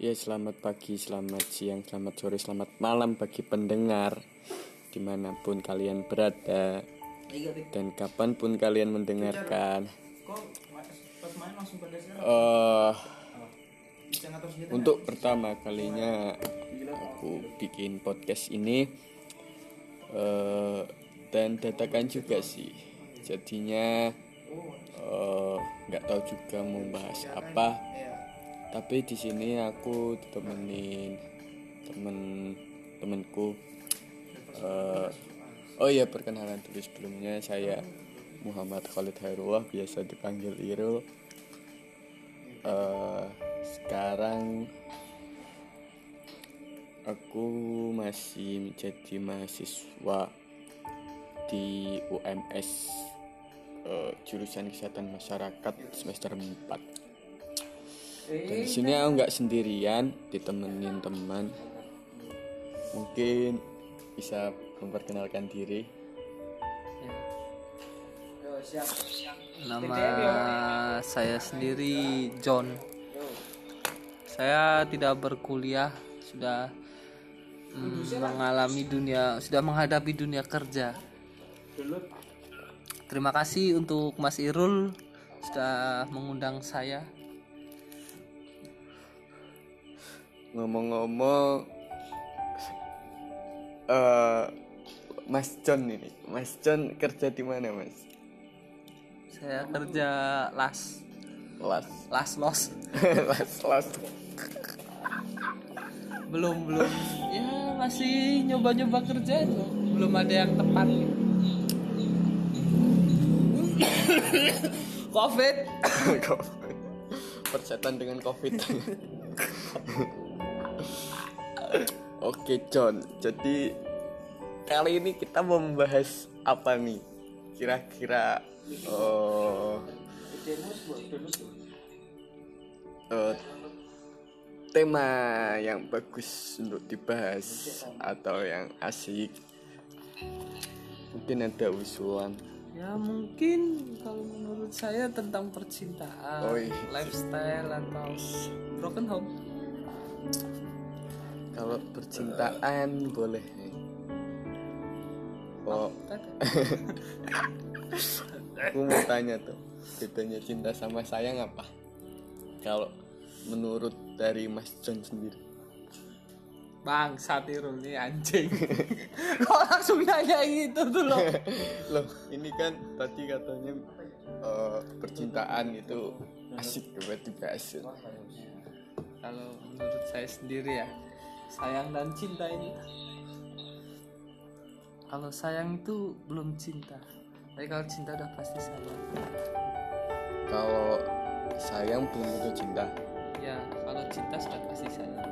Ya, selamat pagi, selamat siang, selamat sore, selamat malam bagi pendengar dimanapun kalian berada dan kapanpun kalian mendengarkan. Untuk pertama kalinya aku bikin podcast ini dan dadakan juga sih. Jadinya nggak tahu juga mau bahas apa. Tapi di sini aku ditemenin temen-temenku. Perkenalan dulu sebelumnya, saya Muhammad Khalid Hairullah, biasa dipanggil Irul. Sekarang aku masih menjadi mahasiswa di UMS, jurusan Kesehatan Masyarakat semester 4. Dan di sini aku nggak sendirian, ditemenin teman. Mungkin bisa memperkenalkan diri. Nama saya sendiri John. Saya tidak berkuliah, sudah menghadapi dunia kerja. Terima kasih untuk Mas Irul sudah mengundang saya. Ngomong-ngomong, Mas John kerja di mana, Mas? Saya kerja los. belum ya, masih nyoba kerja itu, belum ada yang tepat. COVID. Persetan dengan COVID. Oke John, jadi kali ini kita mau membahas apa nih? Kira-kira tema yang bagus untuk dibahas atau yang asik. Mungkin ada usulan. Ya mungkin kalau menurut saya tentang percintaan, lifestyle atau broken home. Kalau percintaan boleh. Aku mau tanya tuh, bedanya cinta sama sayang apa? Kalau menurut dari Mas John sendiri. Bang, Satirul nih anjing. Kok langsung nanya gitu tuh loh? Loh, ini kan tadi katanya percintaan itu asik, tiba-tiba asik. Kalau menurut saya sendiri ya, sayang dan cinta ini, kalau sayang itu belum cinta, tapi kalau cinta udah pasti sayang. Kalau sayang belum tentu cinta. Ya, kalau cinta sudah pasti sayang.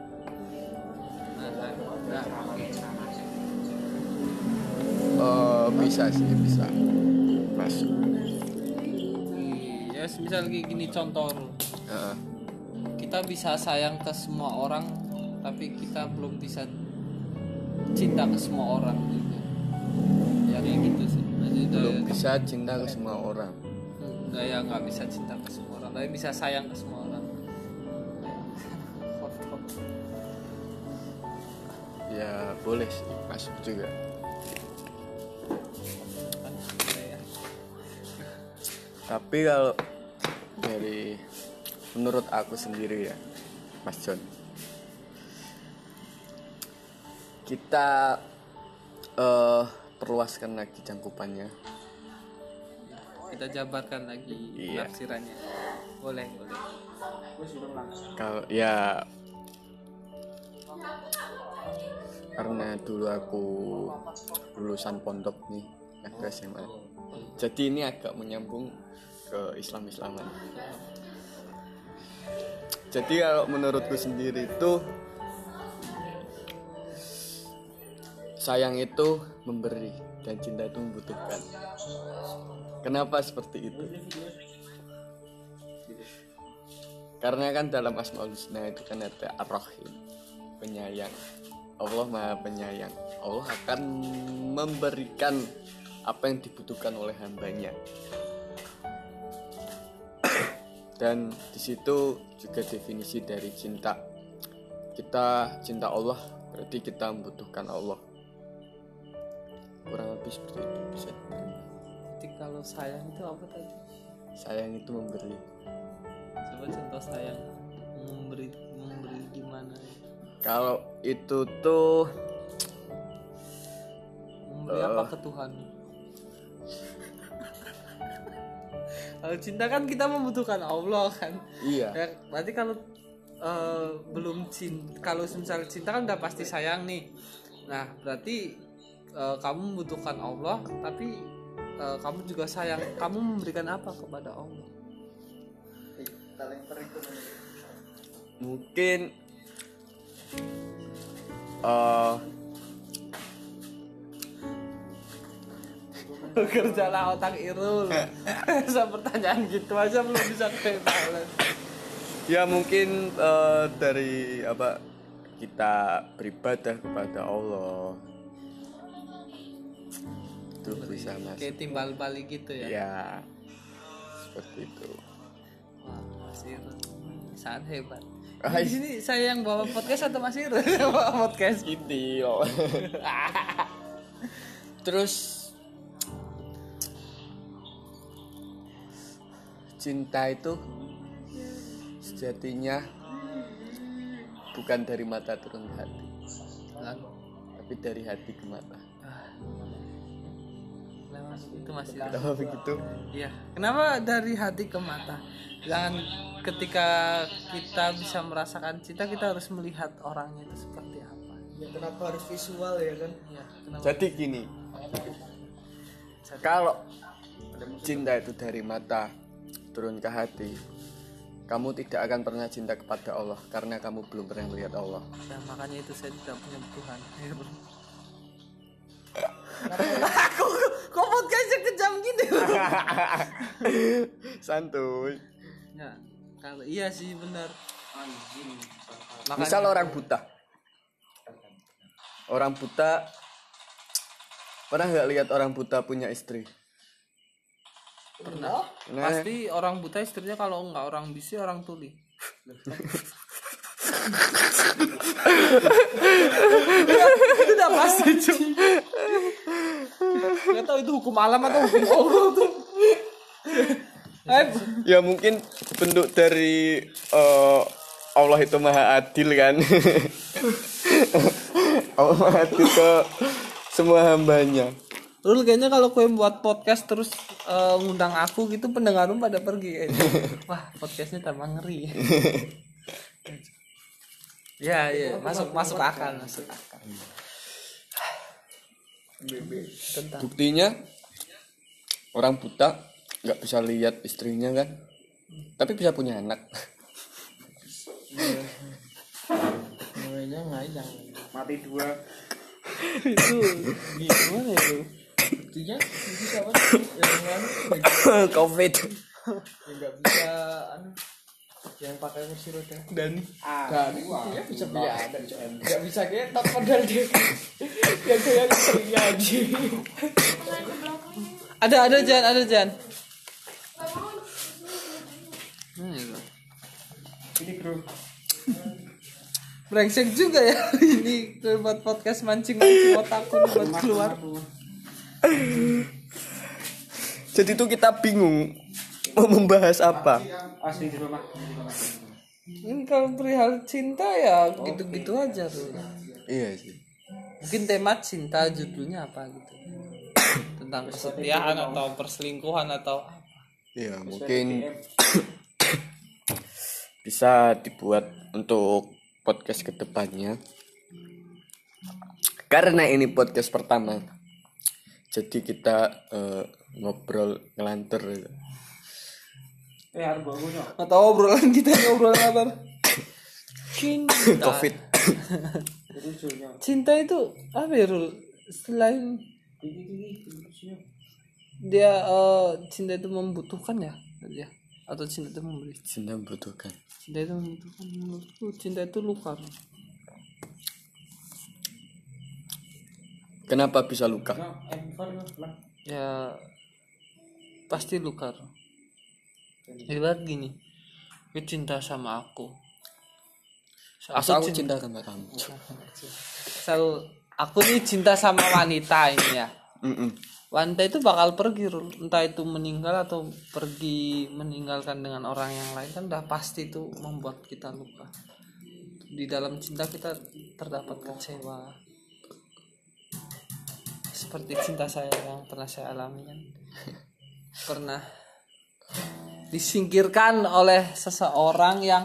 Bisa masuk. Ya, misal kayak gini contoh. Kita bisa sayang ke semua orang, tapi kita belum bisa cinta ke semua orang gitu. Ya kayak gitu sih. Belum bisa cinta ke semua orang. Nggak bisa cinta ke semua orang, tapi bisa sayang ke semua orang. Ya boleh sih, masuk juga. Tapi kalau dari menurut aku sendiri ya, Mas John, kita perluaskan lagi cangkupannya. Kita jabarkan lagi tafsirannya. Boleh. Kalau ya, karena dulu aku lulusan pondok nih, ke SMA. Jadi ini agak menyambung ke Islam-Islaman. Jadi kalau menurutku sendiri itu, sayang itu memberi dan cinta itu membutuhkan. Kenapa seperti itu? Karena kan dalam Asmaul Husna itu kan ada Ar-Rahim, penyayang. Allah Maha Penyayang. Allah akan memberikan apa yang dibutuhkan oleh hambanya. Dan di situ juga definisi dari cinta. kita cinta Allah, berarti kita membutuhkan Allah. Kurang lebih seperti itu bisa dibilang. Jadi kalau sayang itu apa tadi? Sayang itu memberi. Coba contoh sayang, memberi gimana? Kalau itu tuh Memberi apa ke Tuhan? Kalau cinta kan kita membutuhkan Allah kan. iya. Ya, berarti kalau belum cinta, kalau misalnya cinta kan udah pasti sayang nih. Nah berarti kamu membutuhkan Allah, tapi kamu juga sayang. Kamu memberikan apa kepada Allah? Mungkin Kerjalah otak Irul. Bisa pertanyaan gitu aja belum bisa kebalan. ya mungkin dari apa kita beribadah kepada Allah itu bisa masuk. Kayak timbal balik gitu ya. Ya seperti itu. Wah, Mas Irul sangat hebat. Hai. Di sini saya yang bawa podcast atau Mas Irul yang bawa podcast? Gini loh. Terus cinta itu sejatinya bukan dari mata turun ke hati, Lalu, tapi dari hati ke mata. itu Mas Irul. Kenapa begitu? Iya. Kenapa dari hati ke mata? Jangan ketika kita bisa merasakan cinta kita harus melihat orangnya itu seperti apa. Ya kenapa harus visual ya kan? Ya, kenapa? Jadi gini, kalau cinta itu dari mata turun ke hati, kamu tidak akan pernah cinta kepada Allah karena kamu belum pernah melihat Allah. Ya, makanya itu saya tidak punya Tuhan. Kok podcastnya kejam gini? Santuy. Ya, kalau iya sih benar. Misal orang buta pernah nggak lihat orang buta punya istri? Pernah. Nah, Pasti orang buta istrinya kalau enggak orang bisi orang tuli. Itu udah pasti cuy. Nggak tahu itu hukum alam atau hukum Allah tuh. ya mungkin bentuk dari Allah itu maha adil kan. Allah maha adil ke semua hambanya. Rul kayaknya kalau kue buat podcast terus ngundang aku gitu pendengarmu pada pergi kayaknya. Wah podcastnya tambah ngeri. Ya masuk akal. Buktinya orang buta nggak bisa lihat istrinya kan, tapi bisa punya anak. Namanya ngayang. Mati dua. Itu gimana itu? Buktinya itu siapa sih? Yang COVID. nggak bisa yang pakai kursi roda. Dani. Dan buktinya bisa punya anak. Nggak bisa ketok padahal dia yang kayak istrinya aja. Ada Jan. Ini bro. Brengsek juga ya ini buat podcast mancing otakku buat keluar. Jadi tuh kita bingung mau membahas apa. Asli di rumah. Ini kalau perihal cinta ya gitu-gitu aja tuh. Iya sih. Mungkin tema cinta judulnya apa gitu. Tentang kesetiaan atau perselingkuhan atau apa. Iya mungkin bisa dibuat untuk podcast kedepannya. Karena ini podcast pertama, jadi kita ngobrol ngelantur. Harus bangunnya. Atau obrolan kita obrolan apa? Cinta. COVID. Cinta itu apa ya Rul? Selain dia cinta itu membutuhkan ya? Atau cinta itu memberi? Cinta membutuhkan. Cinta itu membutuhkan. Menurutku cinta itu luka. Kenapa bisa luka? Ya pasti luka. Ibarat gini, dia cinta sama aku, Aku cinta sama kamu. Aku nih cinta sama wanita ini ya. Wanita itu bakal pergi, entah itu meninggal atau pergi meninggalkan dengan orang yang lain, kan udah pasti itu membuat kita luka. Di dalam cinta kita terdapat kecewa. Seperti cinta saya yang pernah saya alami kan. Pernah disingkirkan oleh seseorang yang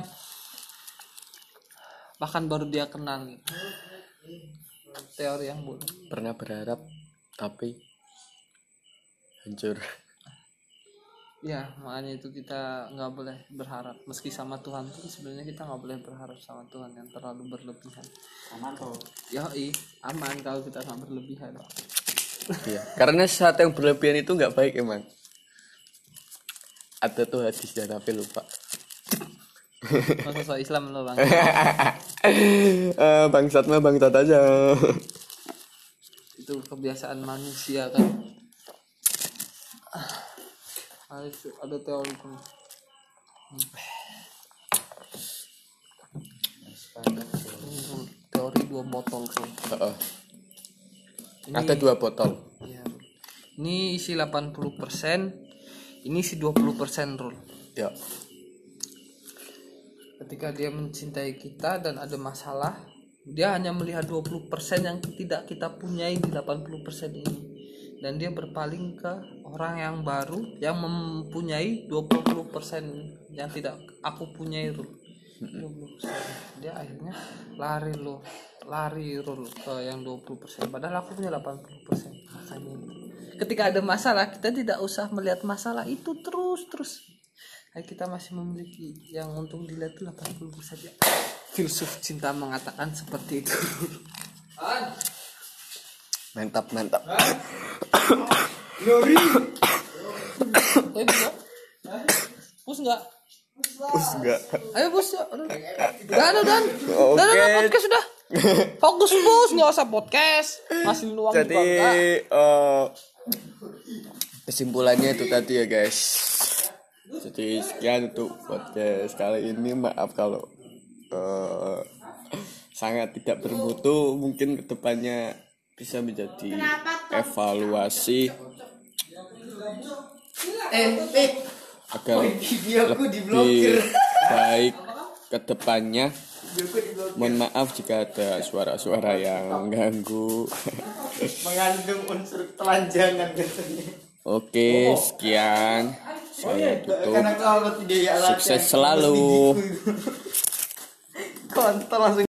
bahkan baru dia kenal gitu. Teori yang bodoh. Pernah berharap tapi hancur. Ya, makanya itu kita nggak boleh berharap. Meski sama Tuhan tuh sebenarnya kita nggak boleh berharap sama Tuhan yang terlalu berlebihan. Aman tuh. Aman kalau kita nggak berlebihan. Iya, karena sesuatu yang berlebihan itu nggak baik emang. Ada tuh hadisnya tapi lupa. Masa soal Islam lo bang. Bangsat mah bangsat aja. Itu kebiasaan manusia kan. Ada teori itu. Teori 2 botol tuh. Ada 2 botol. Ya. Ini isi 80%, ini isi 20% Rul. Ya. Ketika dia mencintai kita dan ada masalah, dia hanya melihat 20% yang tidak kita punyai di 80% ini. Dan dia berpaling ke orang yang baru yang mempunyai 20% yang tidak aku punyai Rul. 20%. Dia akhirnya lari Rul ke yang 20%. Padahal aku punya 80%. Makanya ketika ada masalah, kita tidak usah melihat masalah itu terus. Kita masih memiliki yang untung dilihat itu 80% saja. Filsuf cinta mengatakan seperti itu. Mantap. Glory. Pus enggak? Ayo pus. Udah. Udah podcast sudah. Fokus pus, enggak usah podcast. Masih luang. Jadi kesimpulannya itu tadi ya guys. Jadi sekian untuk podcast kali ini. Maaf kalau sangat tidak bermutu. Mungkin kedepannya bisa menjadi evaluasi agar lebih baik kedepannya. Mohon maaf jika ada suara-suara yang mengganggu. Mengandung unsur telanjangan katanya. Oke, sekian. Saya tutup. Karena kalau tidak Sukses selalu. kontol langsung